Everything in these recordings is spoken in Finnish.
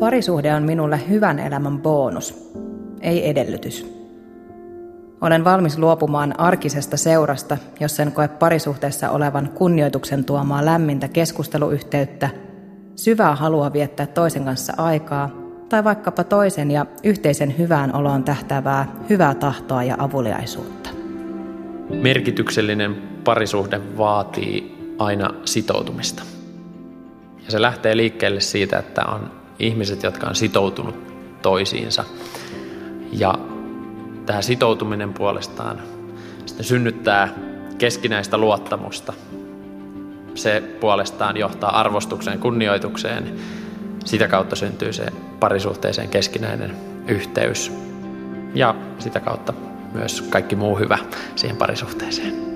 Parisuhde on minulle hyvän elämän bonus, ei edellytys. Olen valmis luopumaan arkisesta seurasta, jos en koe parisuhteessa olevan kunnioituksen tuomaa lämmintä keskusteluyhteyttä, syvää halua viettää toisen kanssa aikaa tai vaikkapa toisen ja yhteisen hyvään oloon tähtäävää hyvää tahtoa ja avuliaisuutta. Merkityksellinen parisuhde vaatii aina sitoutumista. Ja se lähtee liikkeelle siitä, että on ihmiset, jotka on sitoutunut toisiinsa. Ja tämä sitoutuminen puolestaan sitten synnyttää keskinäistä luottamusta. Se puolestaan johtaa arvostukseen, kunnioitukseen. Sitä kautta syntyy se parisuhteeseen keskinäinen yhteys. Ja sitä kautta myös kaikki muu hyvä siihen parisuhteeseen.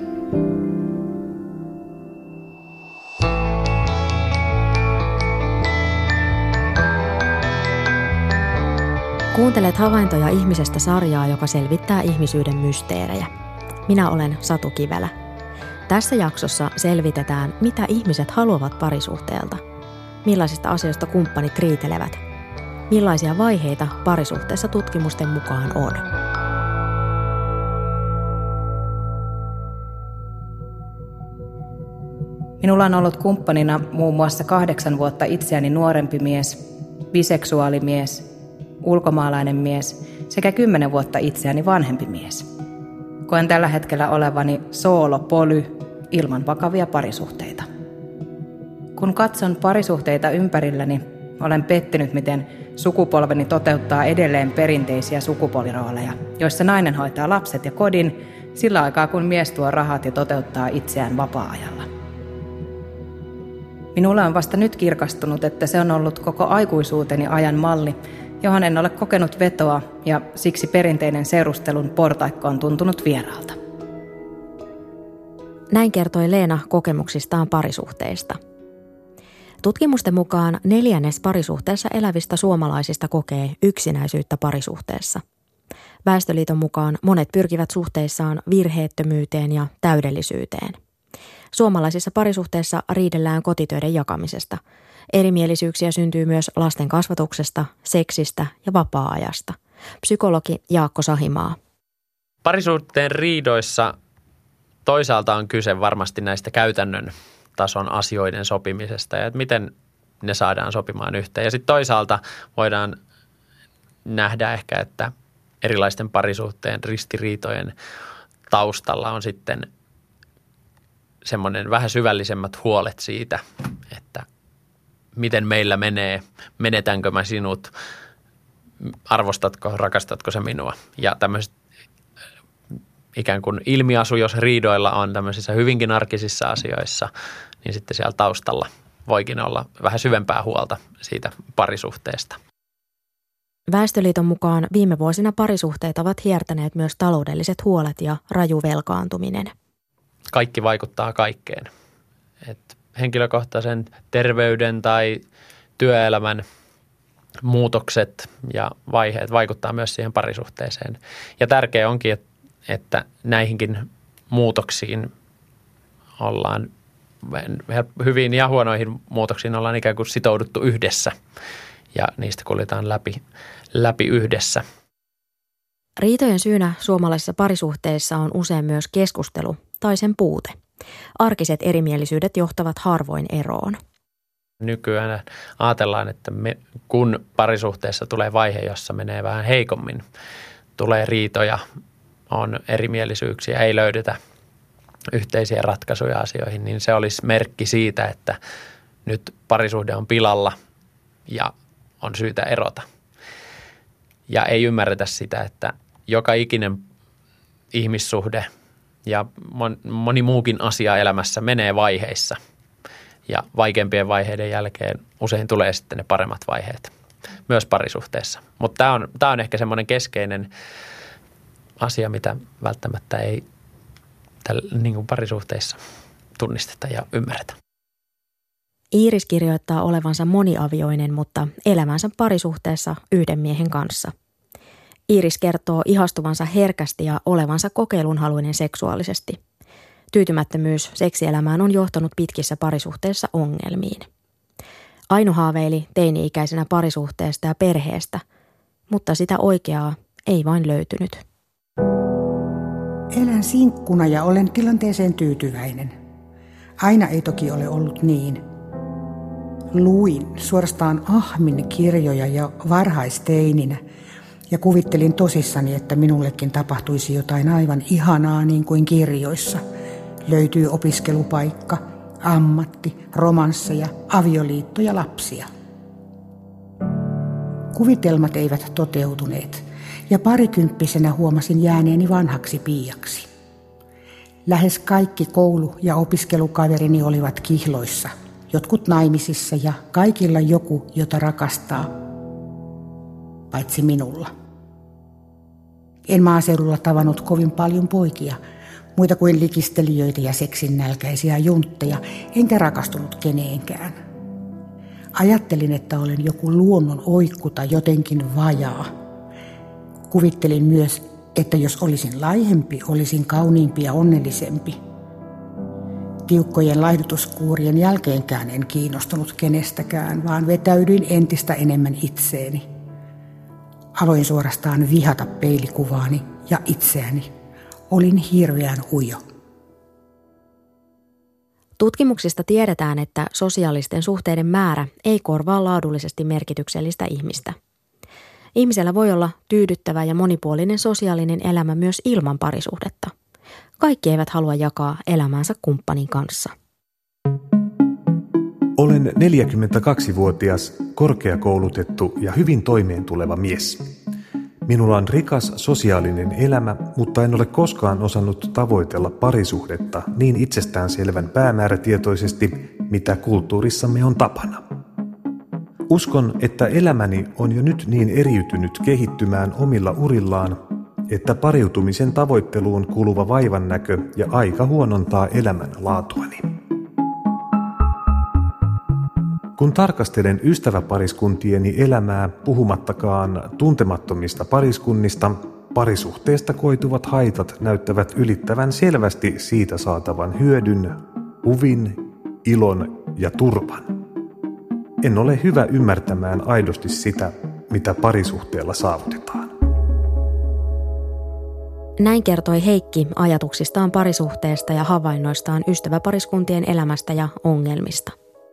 Kuuntelet Havaintoja ihmisestä -sarjaa, joka selvittää ihmisyyden mysteerejä. Minä olen Satu Kivelä. Tässä jaksossa selvitetään, mitä ihmiset haluavat parisuhteelta. Millaisista asioista kumppanit riitelevät. Millaisia vaiheita parisuhteessa tutkimusten mukaan on. Minulla on ollut kumppanina muun muassa 8 vuotta itseäni nuorempi mies, biseksuaalimies, ulkomaalainen mies sekä 10 vuotta itseäni vanhempi mies. Koen tällä hetkellä olevani soolo-poly ilman vakavia parisuhteita. Kun katson parisuhteita ympärilläni, olen pettynyt, miten sukupolveni toteuttaa edelleen perinteisiä sukupuolirooleja, joissa nainen hoitaa lapset ja kodin sillä aikaa, kun mies tuo rahat ja toteuttaa itseään vapaa-ajalla. Minulla on vasta nyt kirkastunut, että se on ollut koko aikuisuuteni ajan malli, johon en ole kokenut vetoa ja siksi perinteinen seurustelun portaikko on tuntunut vieraalta. Näin kertoi Leena kokemuksistaan parisuhteista. Tutkimusten mukaan 1/4 parisuhteessa elävistä suomalaisista kokee yksinäisyyttä parisuhteessa. Väestöliiton mukaan monet pyrkivät suhteissaan virheettömyyteen ja täydellisyyteen. Suomalaisissa parisuhteissa riidellään kotitöiden jakamisesta. Erimielisyyksiä syntyy myös lasten kasvatuksesta, seksistä ja vapaa-ajasta. Psykologi Jaakko Sahimaa. Parisuhteen riidoissa toisaalta on kyse varmasti näistä käytännön tason asioiden sopimisesta ja että miten ne saadaan sopimaan yhteen. Ja sitten toisaalta voidaan nähdä ehkä, että erilaisten parisuhteen ristiriitojen taustalla on sitten semmoinen vähän syvällisemmät huolet siitä, että miten meillä menee, menetänkö mä sinut, arvostatko, rakastatko sä minua. Ja tämmöiset ikään kuin ilmiasu, jos riidoilla on tämmöisissä hyvinkin arkisissa asioissa, niin sitten siellä taustalla voikin olla vähän syvempää huolta siitä parisuhteesta. Väestöliiton mukaan viime vuosina parisuhteet ovat hiertäneet myös taloudelliset huolet ja raju velkaantuminen. Kaikki vaikuttaa kaikkeen. Et henkilökohtaisen terveyden tai työelämän muutokset ja vaiheet vaikuttaa myös siihen parisuhteeseen. Ja tärkeää onkin, että näihinkin muutoksiin ollaan, hyviin ja huonoihin muutoksiin ollaan ikään kuin sitouduttu yhdessä ja niistä kuljetaan läpi yhdessä. Riitojen syynä suomalaisissa parisuhteissa on usein myös keskustelu tai sen puute. Arkiset erimielisyydet johtavat harvoin eroon. Nykyään ajatellaan, että kun parisuhteessa tulee vaihe, jossa menee vähän heikommin, tulee riitoja, on erimielisyyksiä, ei löydetä yhteisiä ratkaisuja asioihin, niin se olisi merkki siitä, että nyt parisuhde on pilalla ja on syytä erota. Ja ei ymmärretä sitä, että joka ikinen ihmissuhde ja moni muukin asia elämässä menee vaiheissa. Ja vaikeampien vaiheiden jälkeen usein tulee sitten ne paremmat vaiheet myös parisuhteessa. Mutta tämä on ehkä semmoinen keskeinen asia, mitä välttämättä ei niin kuin parisuhteissa tunnisteta ja ymmärretä. Iiris kirjoittaa olevansa moniavioinen, mutta elämänsä parisuhteessa yhden miehen kanssa. Iiris kertoo ihastuvansa herkästi ja olevansa kokeilunhaluinen seksuaalisesti. Tyytymättömyys seksielämään on johtanut pitkissä parisuhteissa ongelmiin. Aino haaveili teini-ikäisenä parisuhteesta ja perheestä, mutta sitä oikeaa ei vain löytynyt. Elän sinkkuna ja olen tilanteeseen tyytyväinen. Aina ei toki ole ollut niin. Luin, suorastaan ahmin kirjoja jo varhaisteininä ja kuvittelin tosissani, että minullekin tapahtuisi jotain aivan ihanaa niin kuin kirjoissa. Löytyy opiskelupaikka, ammatti, romansseja, avioliitto ja lapsia. Kuvitelmat eivät toteutuneet ja parikymppisenä huomasin jääneeni vanhaksi piiaksi. Lähes kaikki koulu- ja opiskelukaverini olivat kihloissa, jotkut naimisissa ja kaikilla joku, jota rakastaa, paitsi minulla. En maaseudulla tavannut kovin paljon poikia, muita kuin likistelijöitä ja seksinnälkäisiä juntteja, enkä rakastunut keneenkään. Ajattelin, että olen joku luonnon oikku tai jotenkin vajaa. Kuvittelin myös, että jos olisin laihempi, olisin kauniimpi ja onnellisempi. Tiukkojen laihdutuskuurien jälkeenkään en kiinnostunut kenestäkään, vaan vetäydyin entistä enemmän itseeni. Aloin suorastaan vihata peilikuvaani ja itseäni. Olin hirveän ujo. Tutkimuksista tiedetään, että sosiaalisten suhteiden määrä ei korvaa laadullisesti merkityksellistä ihmistä. Ihmisellä voi olla tyydyttävä ja monipuolinen sosiaalinen elämä myös ilman parisuhdetta. Kaikki eivät halua jakaa elämäänsä kumppanin kanssa. Olen 42-vuotias, korkeakoulutettu ja hyvin toimeentuleva mies. Minulla on rikas sosiaalinen elämä, mutta en ole koskaan osannut tavoitella parisuhdetta niin itsestäänselvän päämäärätietoisesti, mitä kulttuurissamme on tapana. Uskon, että elämäni on jo nyt niin eriytynyt kehittymään omilla urillaan, että pariutumisen tavoitteluun kuuluva vaivannäkö ja aika huonontaa elämän laatuani. Kun tarkastelen ystäväpariskuntieni elämää, puhumattakaan tuntemattomista pariskunnista, parisuhteesta koituvat haitat näyttävät ylittävän selvästi siitä saatavan hyödyn, huvin, ilon ja turvan. En ole hyvä ymmärtämään aidosti sitä, mitä parisuhteella saavutetaan. Näin kertoi Heikki ajatuksistaan parisuhteesta ja havainnoistaan ystäväpariskuntien elämästä ja ongelmista.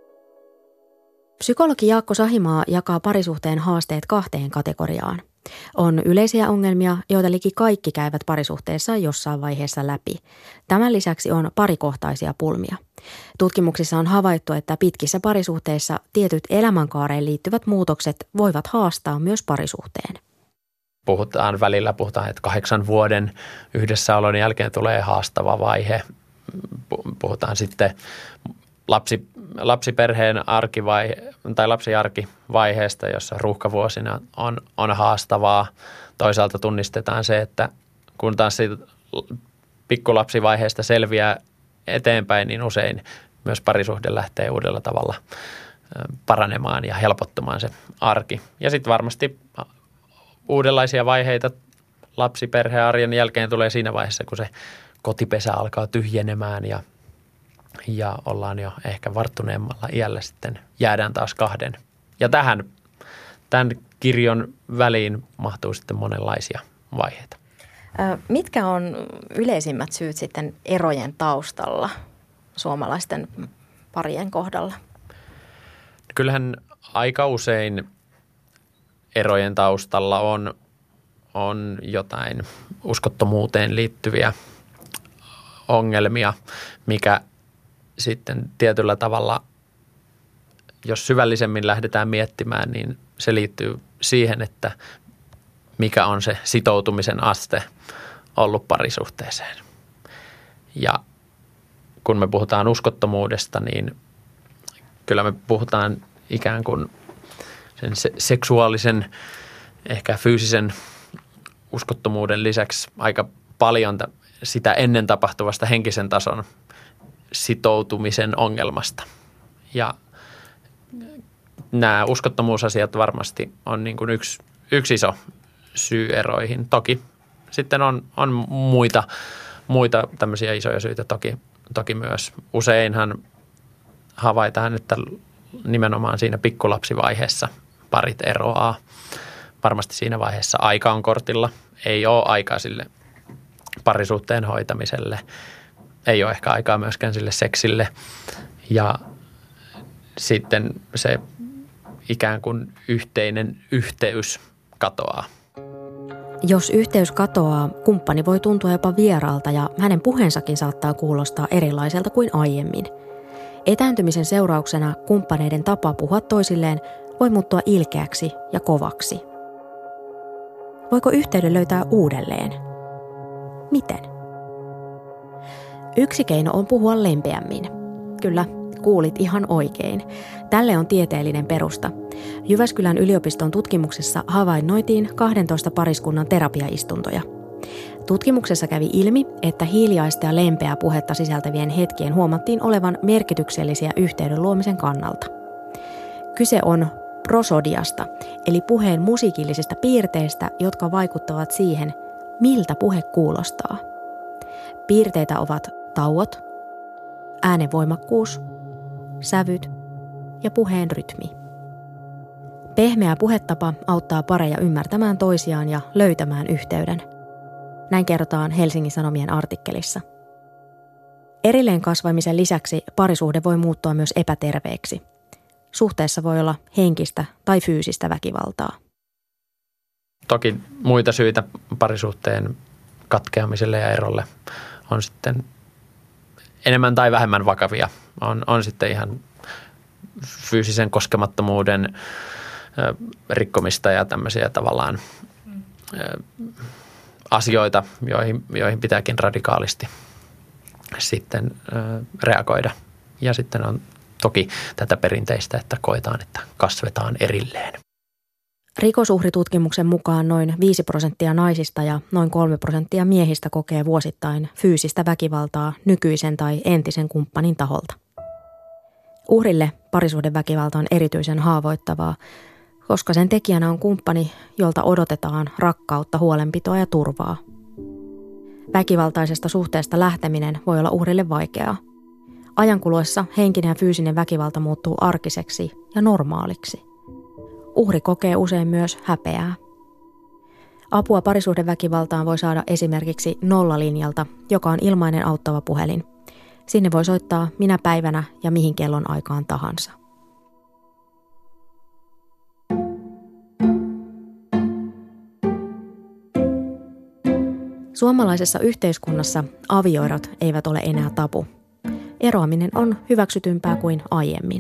Psykologi Jaakko Sahimaa jakaa parisuhteen haasteet 2 kategoriaan. On yleisiä ongelmia, joita liki kaikki käyvät parisuhteessa jossain vaiheessa läpi. Tämän lisäksi on parikohtaisia pulmia. Tutkimuksissa on havaittu, että pitkissä parisuhteissa tietyt elämänkaareen liittyvät muutokset voivat haastaa myös parisuhteen. Välillä puhutaan, että 8 vuoden yhdessäolon jälkeen tulee haastava vaihe. Puhutaan sitten lapsiperheen lapsiarkivaiheesta, jossa ruuhkavuosina on haastavaa. Toisaalta tunnistetaan se, että kun taas siitä pikkulapsivaiheesta selviää eteenpäin, niin usein myös parisuhde lähtee uudella tavalla paranemaan ja helpottumaan se arki. Ja sitten varmasti uudenlaisia vaiheita lapsiperhearjen jälkeen tulee siinä vaiheessa, kun se kotipesä alkaa tyhjenemään ja ollaan jo ehkä varttuneemmalla iällä sitten jäädään taas 2. Ja tämän kirjon väliin mahtuu sitten monenlaisia vaiheita. Mitkä on yleisimmät syyt sitten erojen taustalla suomalaisten parien kohdalla? Kyllähän aika usein erojen taustalla on jotain uskottomuuteen liittyviä ongelmia, mikä sitten tietyllä tavalla, jos syvällisemmin lähdetään miettimään, niin se liittyy siihen, että mikä on se sitoutumisen aste ollut parisuhteeseen. Ja kun me puhutaan uskottomuudesta, niin kyllä me puhutaan ikään kuin sen seksuaalisen, ehkä fyysisen uskottomuuden lisäksi aika paljon sitä ennen tapahtuvasta henkisen tason sitoutumisen ongelmasta. Ja nämä uskottomuusasiat varmasti on niin kuin yksi iso syy eroihin. Toki sitten on muita tämmöisiä isoja syitä toki myös. Useinhan havaitaan, että nimenomaan siinä pikkulapsivaiheessa parit eroaa. Varmasti siinä vaiheessa aika on kortilla. Ei ole aikaa sille parisuhteen hoitamiselle. Ei ole ehkä aikaa myöskään sille seksille. Ja sitten se ikään kuin yhteinen yhteys katoaa. Jos yhteys katoaa, kumppani voi tuntua jopa vieraalta ja hänen puheensakin saattaa kuulostaa erilaiselta kuin aiemmin. Etääntymisen seurauksena kumppaneiden tapa puhua toisilleen voi muuttua ilkeäksi ja kovaksi. Voiko yhteyden löytää uudelleen? Miten? Yksi keino on puhua lempeämmin. Kyllä, kuulit ihan oikein. Tälle on tieteellinen perusta. Jyväskylän yliopiston tutkimuksessa havainnoitiin 12 pariskunnan terapiaistuntoja. Tutkimuksessa kävi ilmi, että hiljaista ja lempeää puhetta sisältävien hetkien huomattiin olevan merkityksellisiä yhteyden luomisen kannalta. Kyse on prosodiasta, eli puheen musiikillisista piirteistä, jotka vaikuttavat siihen, miltä puhe kuulostaa. Piirteitä ovat tauot, äänen voimakkuus, sävyt ja puheen rytmi. Pehmeä puhetapa auttaa pareja ymmärtämään toisiaan ja löytämään yhteyden. Näin kerrotaan Helsingin Sanomien artikkelissa. Erilleen kasvamisen lisäksi parisuhde voi muuttua myös epäterveeksi. Suhteessa voi olla henkistä tai fyysistä väkivaltaa. Toki muita syitä parisuhteen katkeamiselle ja erolle on sitten enemmän tai vähemmän vakavia. On sitten ihan fyysisen koskemattomuuden rikkomista ja tämmöisiä tavallaan asioita, joihin pitääkin radikaalisti sitten reagoida. Ja sitten on toki tätä perinteistä, että koetaan, että kasvetaan erilleen. Rikosuhritutkimuksen mukaan noin 5% naisista ja noin 3% miehistä kokee vuosittain fyysistä väkivaltaa nykyisen tai entisen kumppanin taholta. Uhrille parisuhdeväkivalta on erityisen haavoittavaa, koska sen tekijänä on kumppani, jolta odotetaan rakkautta, huolenpitoa ja turvaa. Väkivaltaisesta suhteesta lähteminen voi olla uhrille vaikeaa. Ajan kuluessa henkinen ja fyysinen väkivalta muuttuu arkiseksi ja normaaliksi. Uhri kokee usein myös häpeää. Apua parisuhdeväkivaltaan voi saada esimerkiksi Nollalinjalta, joka on ilmainen auttava puhelin. Sinne voi soittaa minä päivänä ja mihin kellon aikaan tahansa. Suomalaisessa yhteiskunnassa avioerot eivät ole enää tabu. Eroaminen on hyväksytympää kuin aiemmin.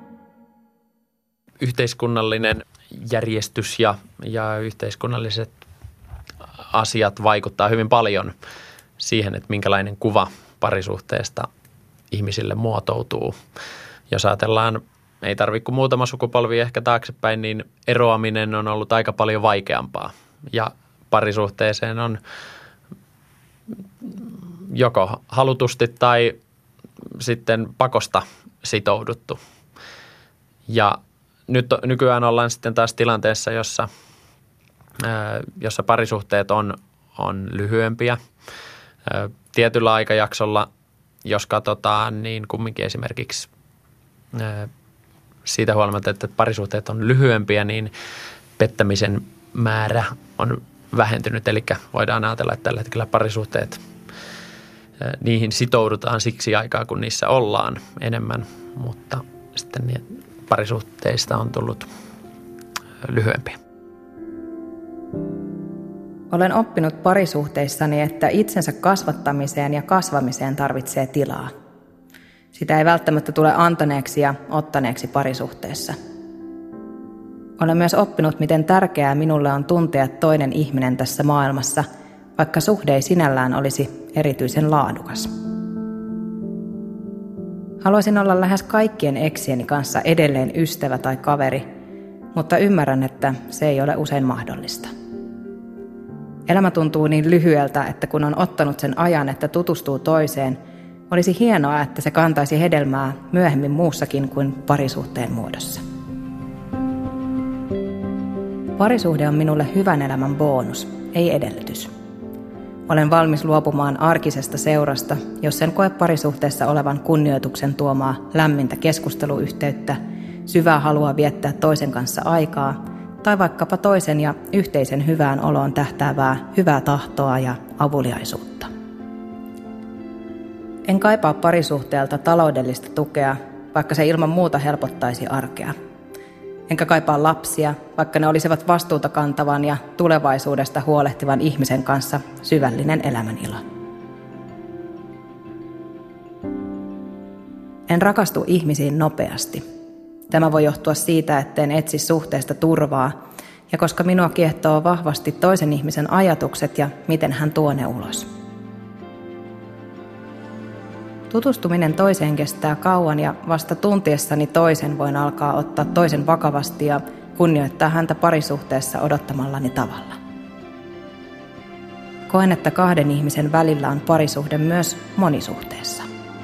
Yhteiskunnallinen järjestys ja yhteiskunnalliset asiat vaikuttaa hyvin paljon siihen, että minkälainen kuva parisuhteesta ihmisille muotoutuu. Jos ajatellaan, ei tarvitse kuin muutama sukupolvi ehkä taaksepäin, niin eroaminen on ollut aika paljon vaikeampaa. Ja parisuhteeseen on joko halutusti tai sitten pakosta sitouduttu. Ja nykyään ollaan sitten taas tilanteessa, jossa parisuhteet on lyhyempiä. Tietyllä aikajaksolla, jos katsotaan, niin kumminkin esimerkiksi siitä huolimatta, että parisuhteet on lyhyempiä, niin pettämisen määrä on vähentynyt. Eli voidaan ajatella, että tällä hetkellä parisuhteet, niihin sitoudutaan siksi aikaa, kun niissä ollaan enemmän, mutta sitten parisuhteista on tullut lyhyempiä. Olen oppinut parisuhteissani, että itsensä kasvattamiseen ja kasvamiseen tarvitsee tilaa. Sitä ei välttämättä tule antaneeksi ja ottaneeksi parisuhteessa. Olen myös oppinut, miten tärkeää minulle on tuntea toinen ihminen tässä maailmassa, vaikka suhde ei sinällään olisi erityisen laadukas. Haluaisin olla lähes kaikkien eksieni kanssa edelleen ystävä tai kaveri, mutta ymmärrän, että se ei ole usein mahdollista. Elämä tuntuu niin lyhyeltä, että kun on ottanut sen ajan, että tutustuu toiseen, olisi hienoa, että se kantaisi hedelmää myöhemmin muussakin kuin parisuhteen muodossa. Parisuhde on minulle hyvän elämän bonus, ei edellytys. Olen valmis luopumaan arkisesta seurasta, jos en koe parisuhteessa olevan kunnioituksen tuomaa lämmintä keskusteluyhteyttä, syvää halua viettää toisen kanssa aikaa tai vaikkapa toisen ja yhteisen hyvään oloon tähtäävää hyvää tahtoa ja avuliaisuutta. En kaipaa parisuhteelta taloudellista tukea, vaikka se ilman muuta helpottaisi arkea. Enkä kaipaa lapsia, vaikka ne olisivat vastuuta kantavan ja tulevaisuudesta huolehtivan ihmisen kanssa syvällinen elämänilo. En rakastu ihmisiin nopeasti. Tämä voi johtua siitä, etten etsi suhteesta turvaa, ja koska minua kiehtoo vahvasti toisen ihmisen ajatukset ja miten hän tuo ne ulos. Tutustuminen toiseen kestää kauan ja vasta tuntiessani toisen voin alkaa ottaa toisen vakavasti ja kunnioittaa häntä parisuhteessa odottamallani tavalla. Koen, että kahden ihmisen välillä on parisuhde myös monisuhteessa.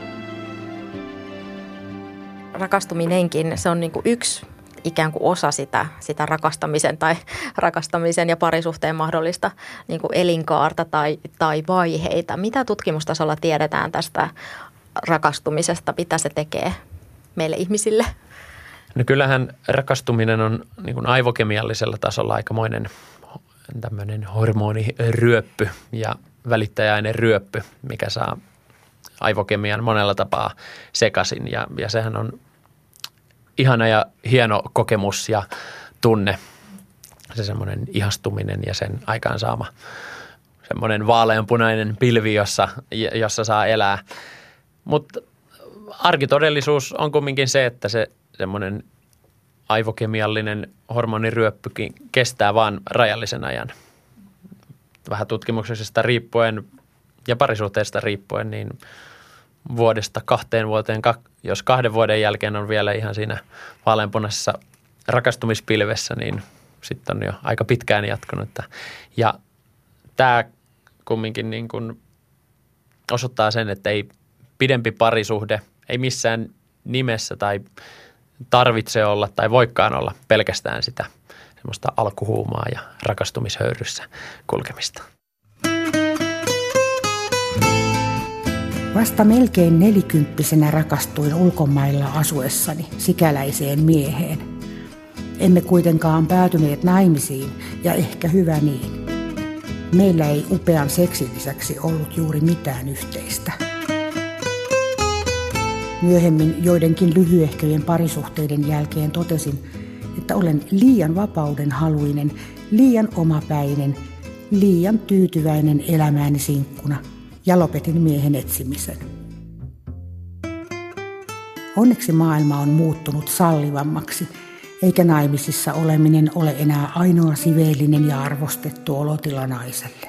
Rakastuminenkin, se on niin kuin yksi ikään kuin osa sitä rakastamisen ja parisuhteen mahdollista niin kuin elinkaarta tai vaiheita. Mitä tutkimustasolla tiedetään tästä rakastumisesta, mitä se tekee meille ihmisille? No kyllähän rakastuminen on niin kuin aivokemiallisella tasolla aikamoinen tämmöinen hormoniryöppy ja välittäjäinen ryöppy, mikä saa aivokemian monella tapaa sekaisin ja sehän on ihana ja hieno kokemus ja tunne, se semmoinen ihastuminen ja sen aikaansaama semmoinen vaaleanpunainen pilvi, jossa saa elää. Mutta arkitodellisuus on kumminkin se, että se semmoinen aivokemiallinen hormoniryöppykin kestää vaan rajallisen ajan. Vähän tutkimuksesta riippuen ja parisuhteesta riippuen, niin vuodesta 2 vuoteen, jos 2 vuoden jälkeen on vielä ihan siinä vaaleanpunaisessa rakastumispilvessä, niin sitten on jo aika pitkään jatkunut. Ja tämä kumminkin niin kuin osoittaa sen, että ei pidempi parisuhde, ei missään nimessä tai tarvitse olla tai voikaan olla pelkästään sitä semmoista alkuhuumaa ja rakastumishöyryssä kulkemista. Vasta melkein 40-vuotiaana rakastuin ulkomailla asuessani sikäläiseen mieheen. Emme kuitenkaan päätyneet naimisiin ja ehkä hyvä niin. Meillä ei upean seksin lisäksi ollut juuri mitään yhteistä. Myöhemmin joidenkin lyhyehköjen parisuhteiden jälkeen totesin, että olen liian vapaudenhaluinen, liian omapäinen, liian tyytyväinen elämääni sinkkuna ja lopetin miehen etsimisen. Onneksi maailma on muuttunut sallivammaksi, eikä naimisissa oleminen ole enää ainoa siveellinen ja arvostettu olotila naiselle.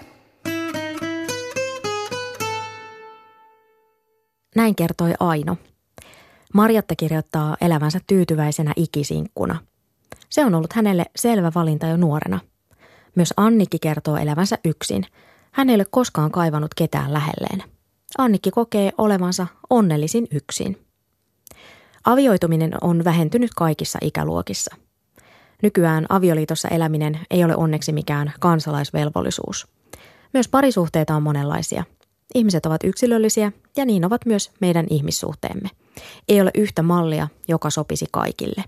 Näin kertoi Aino. Marjatta kirjoittaa elävänsä tyytyväisenä ikisinkkuna. Se on ollut hänelle selvä valinta jo nuorena. Myös Annikki kertoo elävänsä yksin. Hän ei ole koskaan kaivannut ketään lähelleen. Annikki kokee olevansa onnellisin yksin. Avioituminen on vähentynyt kaikissa ikäluokissa. Nykyään avioliitossa eläminen ei ole onneksi mikään kansalaisvelvollisuus. Myös parisuhteita on monenlaisia. Ihmiset ovat yksilöllisiä ja niin ovat myös meidän ihmissuhteemme. Ei ole yhtä mallia, joka sopisi kaikille.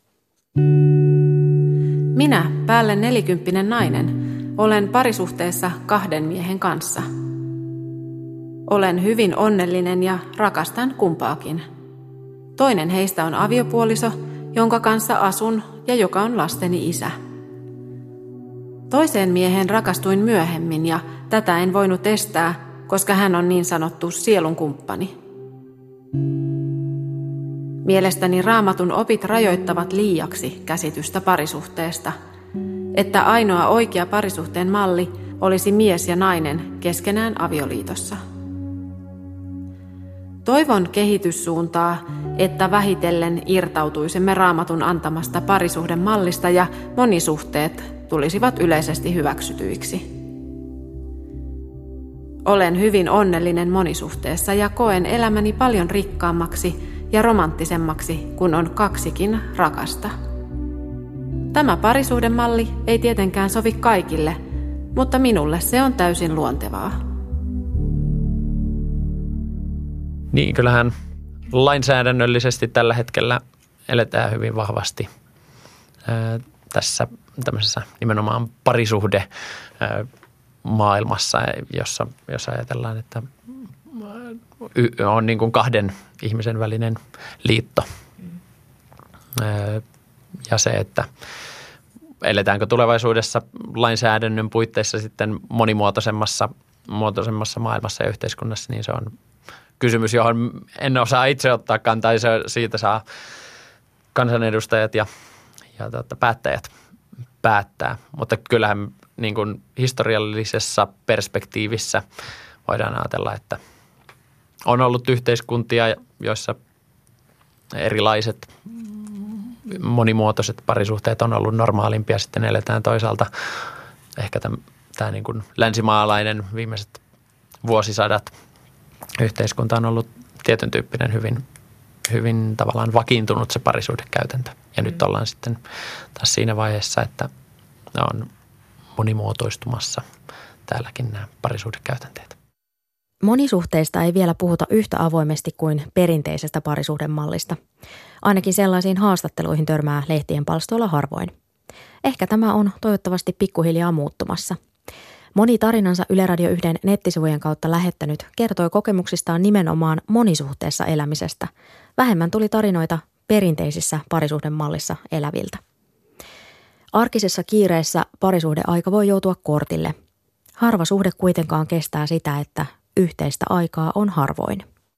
Minä, päälle 40 nainen, olen parisuhteessa 2 miehen kanssa. Olen hyvin onnellinen ja rakastan kumpaakin. Toinen heistä on aviopuoliso, jonka kanssa asun ja joka on lasteni isä. Toiseen miehen rakastuin myöhemmin ja tätä en voinut estää, koska hän on niin sanottu sielunkumppani. Mielestäni Raamatun opit rajoittavat liiaksi käsitystä parisuhteesta, että ainoa oikea parisuhteen malli olisi mies ja nainen keskenään avioliitossa. Toivon kehityssuuntaa, että vähitellen irtautuisimme Raamatun antamasta parisuhdemallista ja monisuhteet tulisivat yleisesti hyväksytyiksi. Olen hyvin onnellinen monisuhteessa ja koen elämäni paljon rikkaammaksi ja romanttisemmaksi, kun on 2 rakasta. Tämä parisuhdemalli ei tietenkään sovi kaikille, mutta minulle se on täysin luontevaa. Niin, kyllähän lainsäädännöllisesti tällä hetkellä eletään hyvin vahvasti tässä tämmöisessä nimenomaan parisuhde maailmassa, jossa ajatellaan, että on niin kuin kahden ihmisen välinen liitto. Ja se, että eletäänkö tulevaisuudessa lainsäädännön puitteissa sitten monimuotoisemmassa maailmassa ja yhteiskunnassa, niin se on kysymys, johon en osaa itse ottaa kantaa. Siitä saa kansanedustajat ja päättäjät päättää. Mutta kyllähän niin kuin historiallisessa perspektiivissä voidaan ajatella, että on ollut yhteiskuntia, joissa erilaiset monimuotoiset parisuhteet on ollut normaalimpia. Sitten eletään toisaalta ehkä tämä niin kuin länsimaalainen viimeiset vuosisadat yhteiskunta on ollut tietyn tyyppinen hyvin tavallaan vakiintunut se parisuhdekäytäntö. Ja nyt ollaan sitten taas siinä vaiheessa, että ne on monimuotoistumassa täälläkin nämä parisuhdekäytänteet. Monisuhteista ei vielä puhuta yhtä avoimesti kuin perinteisestä parisuhdemallista. Ainakin sellaisiin haastatteluihin törmää lehtien palstoilla harvoin. Ehkä tämä on toivottavasti pikkuhiljaa muuttumassa. Moni tarinansa Yle Radio 1 nettisivujen kautta lähettänyt kertoi kokemuksistaan nimenomaan monisuhteessa elämisestä. Vähemmän tuli tarinoita perinteisissä parisuhdemallissa eläviltä. Arkisessa kiireessä parisuhdeaika voi joutua kortille. Harva suhde kuitenkaan kestää sitä, että yhteistä aikaa on harvoin.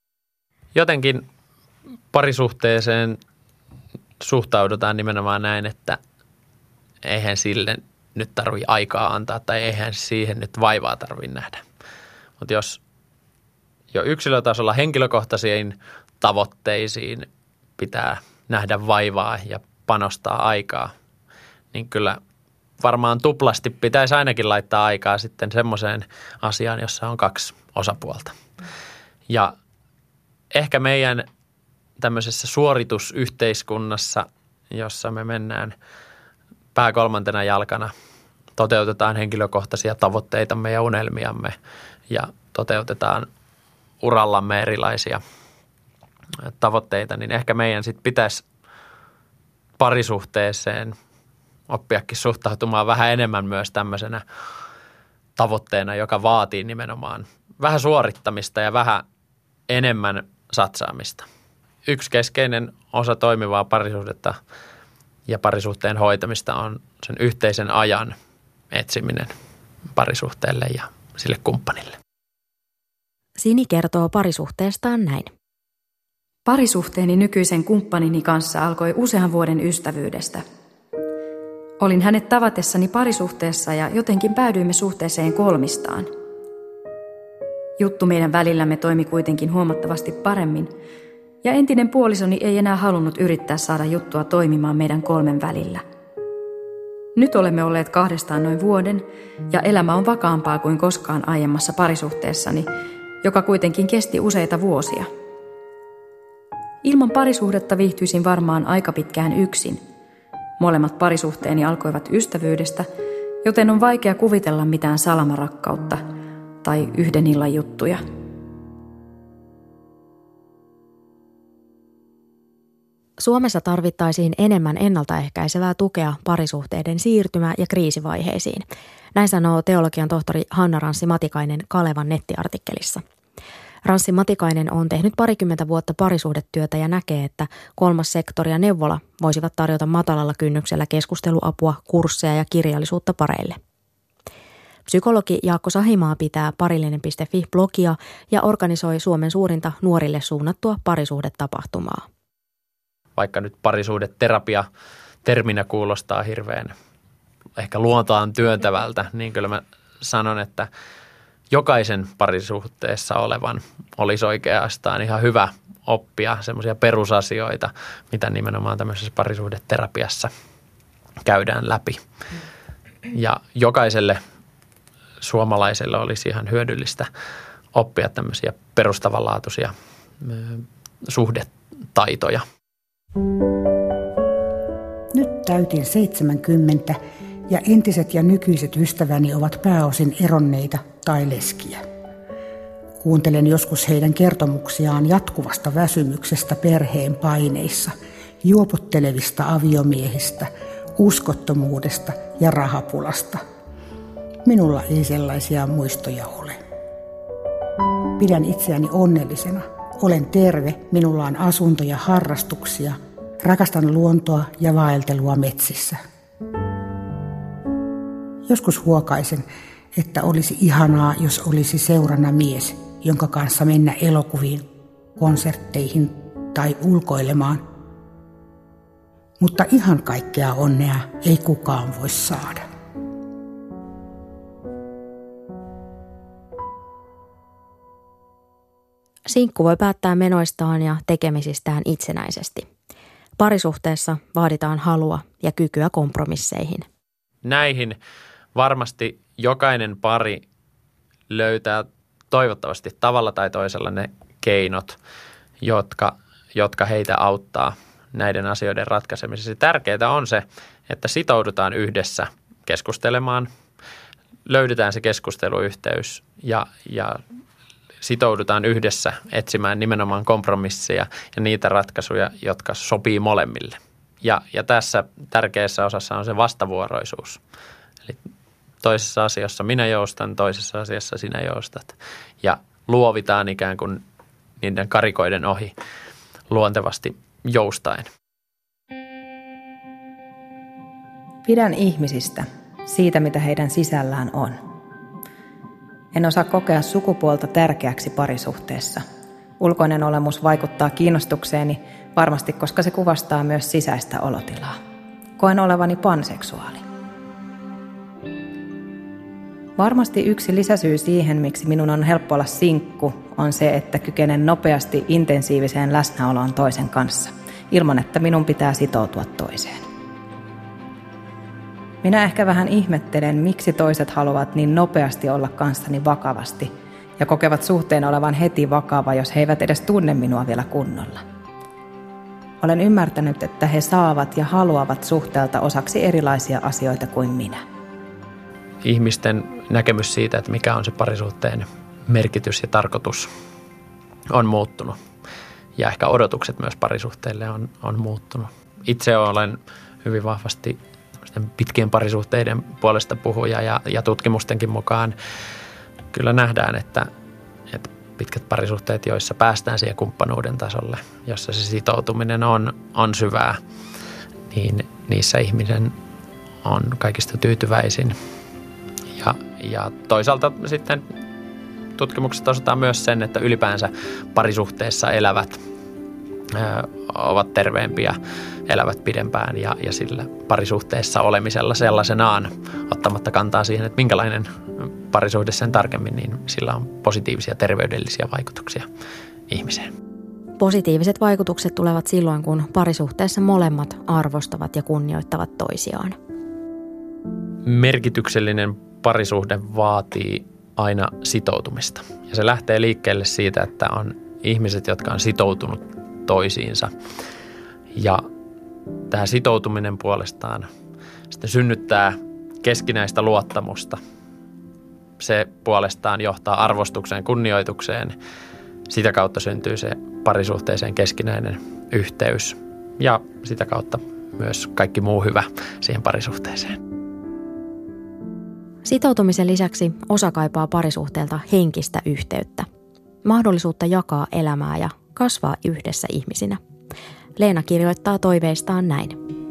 Jotenkin parisuhteeseen suhtaudutaan nimenomaan näin, että eihän sille nyt tarvitse aikaa antaa tai eihän siihen nyt vaivaa tarvitse nähdä. Mutta jos jo yksilötasolla henkilökohtaisiin tavoitteisiin pitää nähdä vaivaa ja panostaa aikaa, niin kyllä varmaan tuplasti pitäisi ainakin laittaa aikaa sitten semmoiseen asiaan, jossa on kaksi osapuolta. Ja ehkä meidän tämmöisessä suoritusyhteiskunnassa, jossa me mennään pää kolmantena jalkana, toteutetaan henkilökohtaisia tavoitteitamme ja unelmiamme ja toteutetaan urallamme erilaisia tavoitteita, niin ehkä meidän sitten pitäisi parisuhteeseen oppiakin suhtautumaan vähän enemmän myös tämmöisenä tavoitteena, joka vaatii nimenomaan vähän suorittamista ja vähän enemmän satsaamista. Yksi keskeinen osa toimivaa parisuhdetta ja parisuhteen hoitamista on sen yhteisen ajan etsiminen parisuhteelle ja sille kumppanille. Sini kertoo parisuhteestaan näin. Parisuhteeni nykyisen kumppanini kanssa alkoi usean vuoden ystävyydestä. Olin hänet tavatessani parisuhteessa ja jotenkin päädyimme suhteeseen kolmistaan. Juttu meidän välillämme toimi kuitenkin huomattavasti paremmin, ja entinen puolisoni ei enää halunnut yrittää saada juttua toimimaan meidän kolmen välillä. Nyt olemme olleet kahdestaan noin vuoden, ja elämä on vakaampaa kuin koskaan aiemmassa parisuhteessani, joka kuitenkin kesti useita vuosia. Ilman parisuhdetta viihtyisin varmaan aika pitkään yksin. Molemmat parisuhteeni alkoivat ystävyydestä, joten on vaikea kuvitella mitään salamarakkautta tai yhden illan juttuja. Suomessa tarvittaisiin enemmän ennaltaehkäisevää tukea parisuhteiden siirtymä- ja kriisivaiheisiin. Näin sanoo teologian tohtori Hanna Ranssi Matikainen Kalevan nettiartikkelissa. Ranssi Matikainen on tehnyt 20 vuotta parisuhdetyötä ja näkee, että kolmas sektori ja neuvola voisivat tarjota matalalla kynnyksellä keskusteluapua, kursseja ja kirjallisuutta pareille. Psykologi Jaakko Sahimaa pitää parillinen.fi-blogia ja organisoi Suomen suurinta nuorille suunnattua parisuhdetapahtumaa. Vaikka nyt parisuhdeterapia terminä kuulostaa hirveän ehkä luontaan työntävältä, niin kyllä mä sanon, että jokaisen parisuhteessa olevan olisi oikeastaan ihan hyvä oppia semmoisia perusasioita, mitä nimenomaan tämmöisessä parisuhdeterapiassa käydään läpi. Ja jokaiselle suomalaiselle olisi ihan hyödyllistä oppia tämmöisiä perustavanlaatuisia suhdetaitoja. Nyt täytin 70 ja entiset ja nykyiset ystäväni ovat pääosin eronneita tai leskiä. Kuuntelen joskus heidän kertomuksiaan jatkuvasta väsymyksestä perheen paineissa juopottelevista aviomiehistä, uskottomuudesta ja rahapulasta. Minulla ei sellaisia muistoja ole. Pidän itseäni onnellisena. Olen terve, minulla on asunto ja harrastuksia. Rakastan luontoa ja vaeltelua metsissä. Joskus huokaisen, että olisi ihanaa, jos olisi seurana mies, jonka kanssa mennä elokuviin, konsertteihin tai ulkoilemaan. Mutta ihan kaikkea onnea ei kukaan voi saada. Sinkku voi päättää menoistaan ja tekemisistään itsenäisesti. Parisuhteessa vaaditaan halua ja kykyä kompromisseihin. Näihin varmasti jokainen pari löytää toivottavasti tavalla tai toisella ne keinot, jotka heitä auttaa näiden asioiden ratkaisemisessa. Tärkeää on se, että sitoudutaan yhdessä keskustelemaan, löydetään se keskusteluyhteys ja sitoudutaan yhdessä etsimään nimenomaan kompromisseja ja niitä ratkaisuja, jotka sopii molemmille. Ja tässä tärkeässä osassa on se vastavuoroisuus. Eli toisessa asiassa minä joustan, toisessa asiassa sinä joustat. Ja luovitaan ikään kuin niiden karikoiden ohi luontevasti joustaen. Pidän ihmisistä, siitä mitä heidän sisällään on. En osaa kokea sukupuolta tärkeäksi parisuhteessa. Ulkoinen olemus vaikuttaa kiinnostukseeni varmasti, koska se kuvastaa myös sisäistä olotilaa. Koen olevani panseksuaali. Varmasti yksi lisäsyy siihen, miksi minun on helppo olla sinkku, on se, että kykenen nopeasti intensiiviseen läsnäoloon toisen kanssa, ilman että minun pitää sitoutua toiseen. Minä ehkä vähän ihmettelen, miksi toiset haluavat niin nopeasti olla kanssani vakavasti ja kokevat suhteen olevan heti vakava, jos he eivät edes tunne minua vielä kunnolla. Olen ymmärtänyt, että he saavat ja haluavat suhteelta osaksi erilaisia asioita kuin minä. Ihmisten näkemys siitä, että mikä on se parisuhteen merkitys ja tarkoitus, on muuttunut. Ja ehkä odotukset myös parisuhteille on muuttunut. Itse olen hyvin vahvasti pitkien parisuhteiden puolesta puhuja ja tutkimustenkin mukaan kyllä nähdään, että pitkät parisuhteet, joissa päästään siihen kumppanuuden tasolle, jossa se sitoutuminen on syvää, niin niissä ihminen on kaikista tyytyväisin. Ja toisaalta sitten tutkimuksesta osataan myös sen, että ylipäänsä parisuhteessa elävät ovat terveempiä, elävät pidempään ja sillä parisuhteessa olemisella sellaisenaan, ottamatta kantaa siihen, että minkälainen parisuhde sen tarkemmin, niin sillä on positiivisia terveydellisiä vaikutuksia ihmiseen. Positiiviset vaikutukset tulevat silloin, kun parisuhteessa molemmat arvostavat ja kunnioittavat toisiaan. Merkityksellinen parisuhde vaatii aina sitoutumista. Ja se lähtee liikkeelle siitä, että on ihmiset, jotka on sitoutunut toisiinsa. Ja tämä sitoutuminen puolestaan sitten synnyttää keskinäistä luottamusta. Se puolestaan johtaa arvostukseen, kunnioitukseen. Sitä kautta syntyy se parisuhteeseen keskinäinen yhteys ja sitä kautta myös kaikki muu hyvä siihen parisuhteeseen. Sitoutumisen lisäksi osa kaipaa parisuhteelta henkistä yhteyttä, mahdollisuutta jakaa elämää ja kasvaa yhdessä ihmisinä. Leena kirjoittaa toiveistaan näin.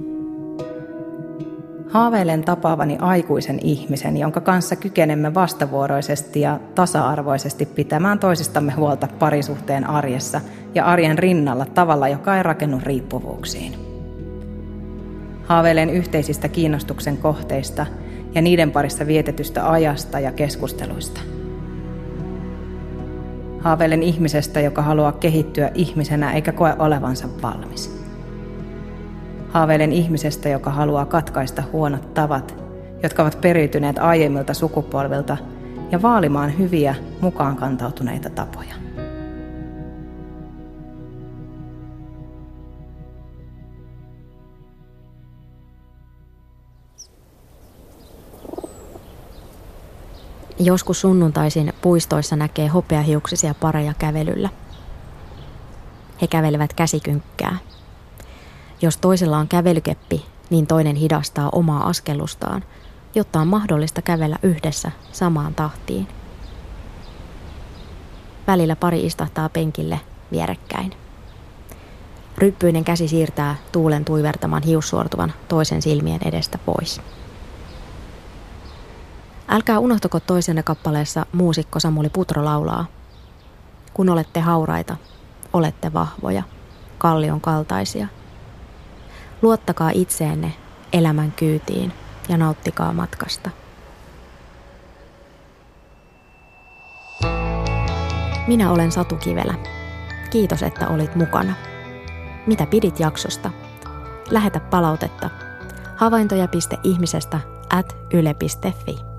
Haaveilen tapaavani aikuisen ihmisen, jonka kanssa kykenemme vastavuoroisesti ja tasa-arvoisesti pitämään toisistamme huolta parisuhteen arjessa ja arjen rinnalla tavalla, joka ei rakennu riippuvuuksiin. Haaveilen yhteisistä kiinnostuksen kohteista ja niiden parissa vietetystä ajasta ja keskusteluista. Haaveilen ihmisestä, joka haluaa kehittyä ihmisenä eikä koe olevansa valmis. Haaveilen ihmisestä, joka haluaa katkaista huonot tavat, jotka ovat periytyneet aiemmilta sukupolvilta, ja vaalimaan hyviä, mukaan kantautuneita tapoja. Joskus sunnuntaisin puistoissa näkee hopeahiuksisia pareja kävelyllä. He kävelevät käsikynkkää. Jos toisella on kävelykeppi, niin toinen hidastaa omaa askellustaan, jotta on mahdollista kävellä yhdessä samaan tahtiin. Välillä pari istahtaa penkille vierekkäin. Ryppyinen käsi siirtää tuulen tuivertaman hiussuortuvan toisen silmien edestä pois. Älkää unohtako toisenne kappaleessa muusikko Samuli Putro laulaa: kun olette hauraita, olette vahvoja, kallion kaltaisia. Luottakaa itseenne elämän kyytiin ja nauttikaa matkasta. Minä olen Satu Kivelä. Kiitos, että olit mukana. Mitä pidit jaksosta? Lähetä palautetta havaintoja.ihmisestä@yle.fi.